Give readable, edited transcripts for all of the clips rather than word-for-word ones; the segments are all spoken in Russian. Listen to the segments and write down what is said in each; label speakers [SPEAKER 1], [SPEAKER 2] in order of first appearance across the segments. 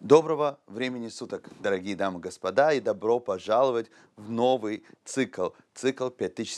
[SPEAKER 1] Доброго времени суток, дорогие дамы и господа, и добро пожаловать в новый цикл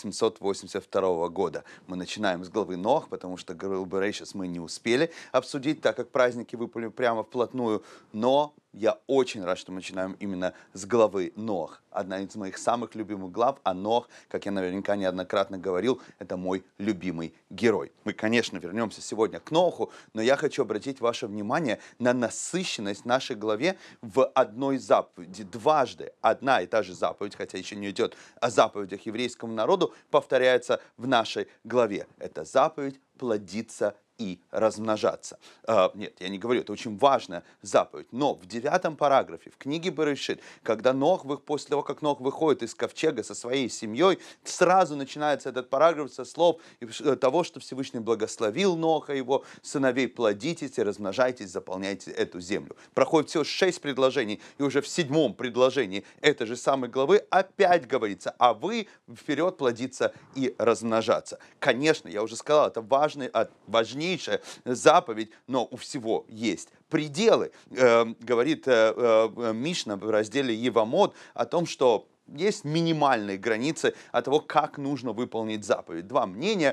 [SPEAKER 1] 5782 года. Мы начинаем с главы Нох, потому что главу Берешит мы не успели обсудить, так как праздники выпали прямо вплотную, но я очень рад, что мы начинаем именно с главы Нох. Одна из моих самых любимых глав, а Нох, как я наверняка неоднократно говорил, это мой любимый герой. Мы, конечно, вернемся сегодня к Ноху, но я хочу обратить ваше внимание на насыщенность нашей главе в одной заповеди. Дважды одна и та же заповедь, хотя еще не идет о заповедях еврейскому народу, повторяется в нашей главе. Это заповедь плодиться и размножаться. Нет, я не говорю, это очень важная заповедь. Но в 9 параграфе, в книге Берешит, когда после того, как Нох выходит из ковчега со своей семьей, сразу начинается этот параграф со слов того, что Всевышний благословил Ноха и его сыновей: плодитесь и размножайтесь, заполняйте эту землю. Проходит всего 6 предложений, и уже в 7 предложении этой же самой главы опять говорится: а вы вперед плодиться и размножаться. Конечно, я уже сказал, это важнейшая заповедь, но у всего есть пределы. Говорит Мишна в разделе Евамот о том, что есть минимальные границы от того, как нужно выполнить заповедь. Два мнения.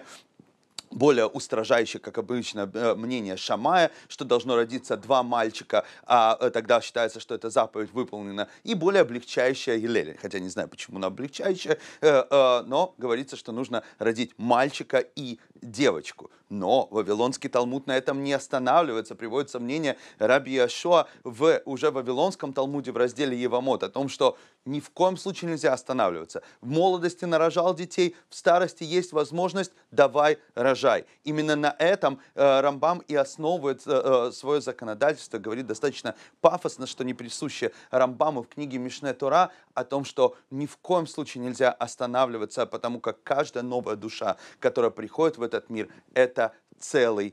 [SPEAKER 1] Более устражающее, как обычно, мнение Шамая, что должно родиться 2 мальчика, а тогда считается, что эта заповедь выполнена. И более облегчающее Гилеля, хотя не знаю, почему она облегчающая, но говорится, что нужно родить мальчика и девочку. Но Вавилонский Талмуд на этом не останавливается. Приводится мнение Раби Йошуа уже в Вавилонском Талмуде в разделе Евамот о том, что ни в коем случае нельзя останавливаться. В молодости нарожал детей, в старости есть возможность, давай рожай. Именно на этом Рамбам и основывает свое законодательство, говорит достаточно пафосно, что не присуще Рамбаму в книге Мишне Тора, о том, что ни в коем случае нельзя останавливаться, потому как каждая новая душа, которая приходит в этот мир, это целый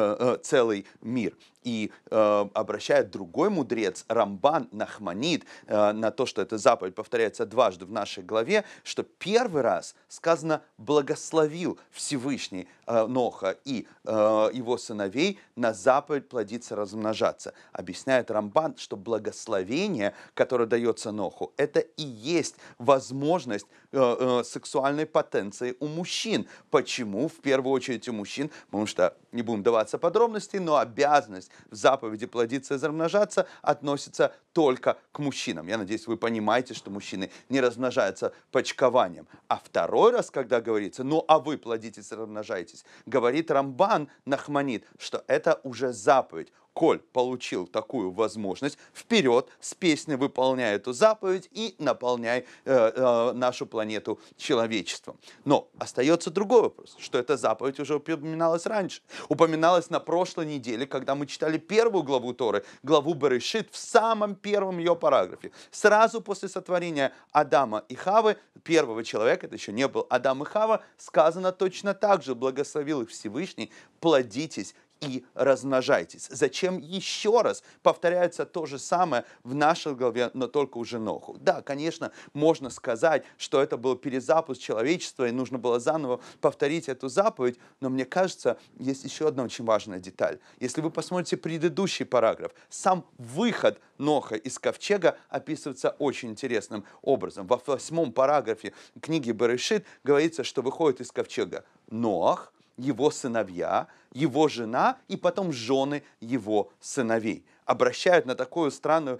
[SPEAKER 1] мир. И обращает другой мудрец, Рамбан Нахманид, на то, что эта заповедь повторяется дважды в нашей главе, что первый раз сказано «благословил Всевышний Ноха и его сыновей на заповедь плодиться, размножаться». Объясняет Рамбан, что благословение, которое дается Ноху, это и есть возможность сексуальной потенции у мужчин. Почему? В первую очередь у мужчин, потому что, не будем даваться подробности, но обязанность в заповеди плодиться и размножаться относится только к мужчинам. Я надеюсь, вы понимаете, что мужчины не размножаются почкованием. А второй раз, когда говорится, ну а вы плодитесь и размножайтесь, говорит Рамбан Нахманид, что это уже заповедь. Коль получил такую возможность, вперед с песней выполняй эту заповедь и наполняй нашу планету человечеством. Но остается другой вопрос, что эта заповедь уже упоминалась раньше. Упоминалась на прошлой неделе, когда мы читали первую главу Торы, главу Берешит, в самом первом ее параграфе. Сразу после сотворения Адама и Хавы, первого человека, это еще не был Адам и Хава, сказано точно так же: благословил их Всевышний, плодитесь и размножайтесь. Зачем еще раз повторяется то же самое в нашей главе, но только уже Ноху? Да, конечно, можно сказать, что это был перезапуск человечества, и нужно было заново повторить эту заповедь, но мне кажется, есть еще одна очень важная деталь. Если вы посмотрите предыдущий параграф, сам выход Ноха из ковчега описывается очень интересным образом. Во 8 параграфе книги Берешит говорится, что выходит из ковчега Ноах, его сыновья, его жена и потом жены его сыновей. Обращают на такую странную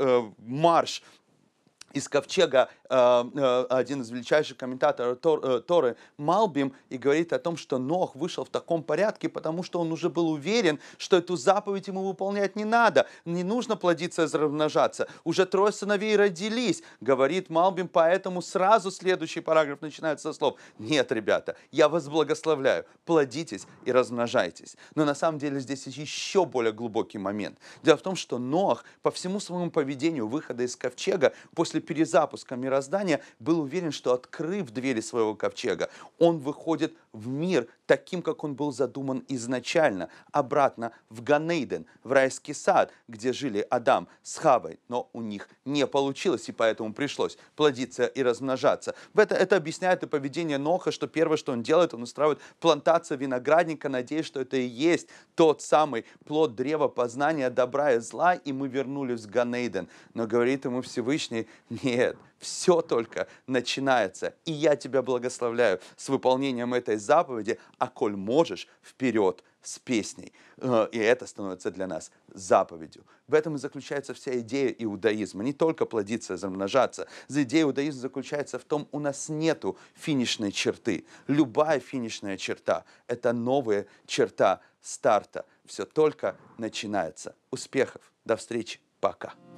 [SPEAKER 1] марш из ковчега один из величайших комментаторов Торы Малбим и говорит о том, что Нох вышел в таком порядке, потому что он уже был уверен, что эту заповедь ему выполнять не надо, не нужно плодиться и размножаться. Уже 3 сыновей родились, говорит Малбим, поэтому сразу следующий параграф начинается со слов: нет, ребята, я вас благословляю, плодитесь и размножайтесь. Но на самом деле здесь еще более глубокий момент. Дело в том, что Нох по всему своему поведению выхода из ковчега после после перезапуска мироздания был уверен, что, открыв двери своего ковчега, он выходит в мир таким, как он был задуман изначально, обратно в Ганейден, в райский сад, где жили Адам с Хавой, но у них не получилось, и поэтому пришлось плодиться и размножаться. Это объясняет и поведение Ноха, что первое, что он делает, он устраивает плантацию виноградника, надеясь, что это и есть тот самый плод древа познания добра и зла, и мы вернулись в Ганейден. Но говорит ему Всевышний: нет, все только начинается, и я тебя благословляю с выполнением этой заповеди, а коль можешь, вперед с песней. И это становится для нас заповедью. В этом и заключается вся идея иудаизма. Не только плодиться и размножаться. Идея иудаизма заключается в том, у нас нету финишной черты. Любая финишная черта – это новая черта старта. Все только начинается. Успехов. До встречи. Пока.